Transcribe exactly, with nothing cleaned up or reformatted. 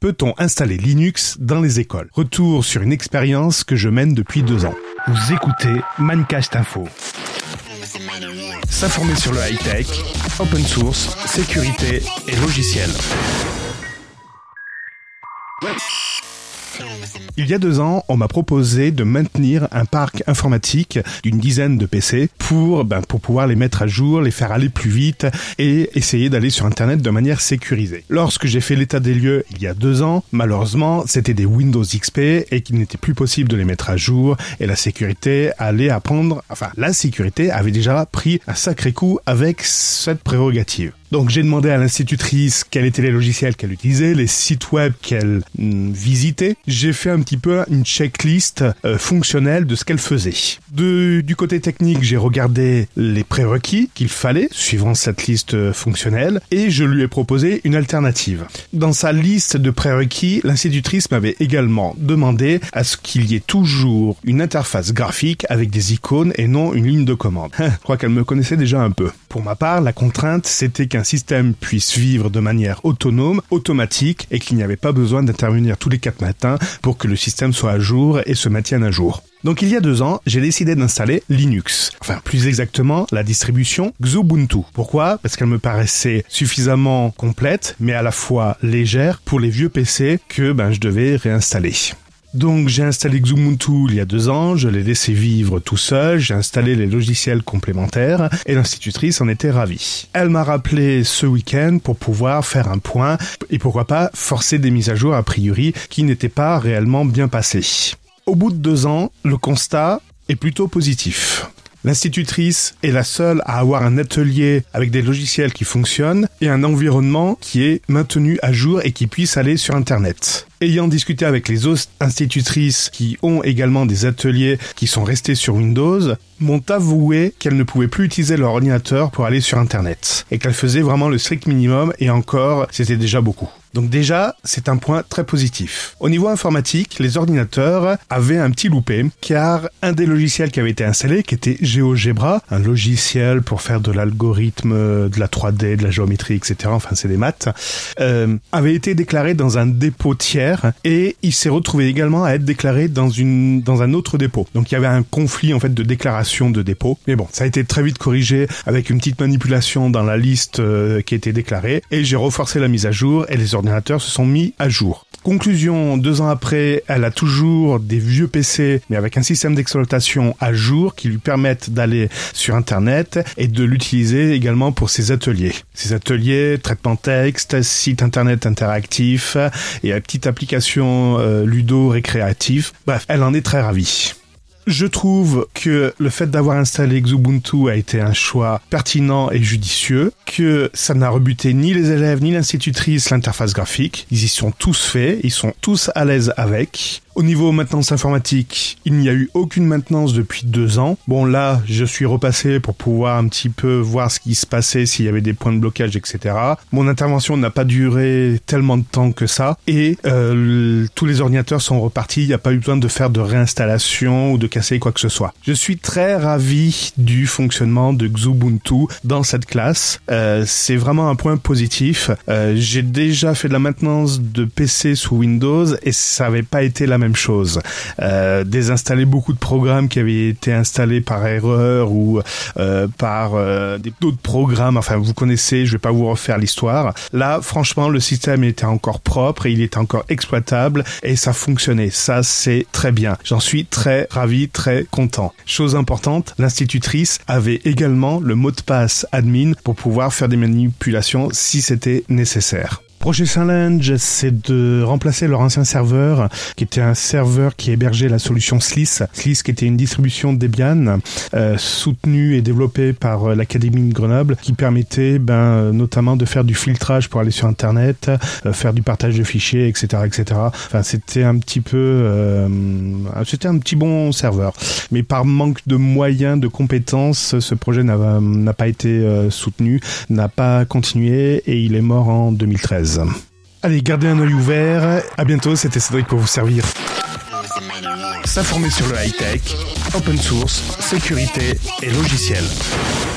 Peut-on installer Linux dans les écoles? Retour sur une expérience que je mène depuis deux ans. Vous écoutez Mancast Info. S'informer sur le high-tech, open source, sécurité et logiciel. Il y a deux ans, on m'a proposé de maintenir un parc informatique d'une dizaine de P C pour, ben, pour pouvoir les mettre à jour, les faire aller plus vite et essayer d'aller sur Internet de manière sécurisée. Lorsque j'ai fait l'état des lieux il y a deux ans, malheureusement, c'était des Windows X P et qu'il n'était plus possible de les mettre à jour et la sécurité allait apprendre, enfin, la sécurité avait déjà pris un sacré coup avec cette prérogative. Donc j'ai demandé à l'institutrice quels étaient les logiciels qu'elle utilisait, les sites web qu'elle mm, visitait. J'ai fait un petit peu une checklist euh, fonctionnelle de ce qu'elle faisait. De, du côté technique, j'ai regardé les prérequis qu'il fallait, suivant cette liste euh, fonctionnelle, et je lui ai proposé une alternative. Dans sa liste de prérequis, l'institutrice m'avait également demandé à ce qu'il y ait toujours une interface graphique avec des icônes et non une ligne de commande. Je crois qu'elle me connaissait déjà un peu. Pour ma part, la contrainte, c'était qu'un système puisse vivre de manière autonome, automatique, et qu'il n'y avait pas besoin d'intervenir tous les quatre matins pour que le système soit à jour et se maintienne à jour. Donc il y a deux ans, j'ai décidé d'installer Linux. Enfin, plus exactement, la distribution Xubuntu. Pourquoi ? Parce qu'elle me paraissait suffisamment complète, mais à la fois légère pour les vieux P C que ben, je devais réinstaller. Donc j'ai installé Xubuntu il y a deux ans, je l'ai laissé vivre tout seul, j'ai installé les logiciels complémentaires et l'institutrice en était ravie. Elle m'a rappelé ce week-end pour pouvoir faire un point et pourquoi pas forcer des mises à jour a priori qui n'étaient pas réellement bien passées. Au bout de deux ans, le constat est plutôt positif. L'institutrice est la seule à avoir un atelier avec des logiciels qui fonctionnent et un environnement qui est maintenu à jour et qui puisse aller sur Internet. Ayant discuté avec les autres institutrices qui ont également des ateliers qui sont restés sur Windows, m'ont avoué qu'elles ne pouvaient plus utiliser leur ordinateur pour aller sur Internet et qu'elles faisaient vraiment le strict minimum et encore, c'était déjà beaucoup. Donc déjà, c'est un point très positif. Au niveau informatique, les ordinateurs avaient un petit loupé, car un des logiciels qui avait été installé, qui était GeoGebra, un logiciel pour faire de l'algorithme, de la trois D, de la géométrie, et cetera, enfin c'est des maths, euh, avait été déclaré dans un dépôt tiers, et il s'est retrouvé également à être déclaré dans une dans un autre dépôt. Donc il y avait un conflit en fait de déclaration de dépôt. Mais bon, ça a été très vite corrigé avec une petite manipulation dans la liste euh, qui a été déclarée, et j'ai reforcé la mise à jour, et les ordinateurs ordinateurs se sont mis à jour. Conclusion, deux ans après, elle a toujours des vieux P C, mais avec un système d'exploitation à jour qui lui permettent d'aller sur Internet et de l'utiliser également pour ses ateliers. Ses ateliers, traitement texte, site Internet interactif et une petite application euh, ludo-récréative. Bref, elle en est très ravie. Je trouve que le fait d'avoir installé Xubuntu a été un choix pertinent et judicieux, que ça n'a rebuté ni les élèves ni l'institutrice l'interface graphique. Ils y sont tous faits, ils sont tous à l'aise avec. Au niveau maintenance informatique, il n'y a eu aucune maintenance depuis deux ans. Bon là, je suis repassé pour pouvoir un petit peu voir ce qui se passait, s'il y avait des points de blocage, et cetera. Mon intervention n'a pas duré tellement de temps que ça. Et euh, tous les ordinateurs sont repartis, il n'y a pas eu besoin de faire de réinstallation ou de casser quoi que ce soit. Je suis très ravi du fonctionnement de Xubuntu dans cette classe. Euh, c'est vraiment un point positif. Euh, j'ai déjà fait de la maintenance de P C sous Windows et ça n'avait pas été la même même chose. Euh, désinstaller beaucoup de programmes qui avaient été installés par erreur ou euh, par euh, des, d'autres programmes. Enfin, vous connaissez, je vais pas vous refaire l'histoire. Là, franchement, le système était encore propre et il était encore exploitable et ça fonctionnait. Ça, c'est très bien. J'en suis très ravi, très content. Chose importante, l'institutrice avait également le mot de passe admin pour pouvoir faire des manipulations si c'était nécessaire. Projet challenge, c'est de remplacer leur ancien serveur, qui était un serveur qui hébergeait la solution Slice. Slice qui était une distribution Debian, euh, soutenue et développée par euh, l'Académie de Grenoble, qui permettait ben, euh, notamment de faire du filtrage pour aller sur Internet, euh, faire du partage de fichiers, et cetera, et cetera. Enfin, c'était un petit peu... Euh, c'était un petit bon serveur. Mais par manque de moyens, de compétences, ce projet n'a, n'a pas été euh, soutenu, n'a pas continué et il est mort en deux mille treize. Allez, gardez un œil ouvert. À bientôt, c'était Cédric pour vous servir. S'informer sur le high-tech, open source, sécurité et logiciel.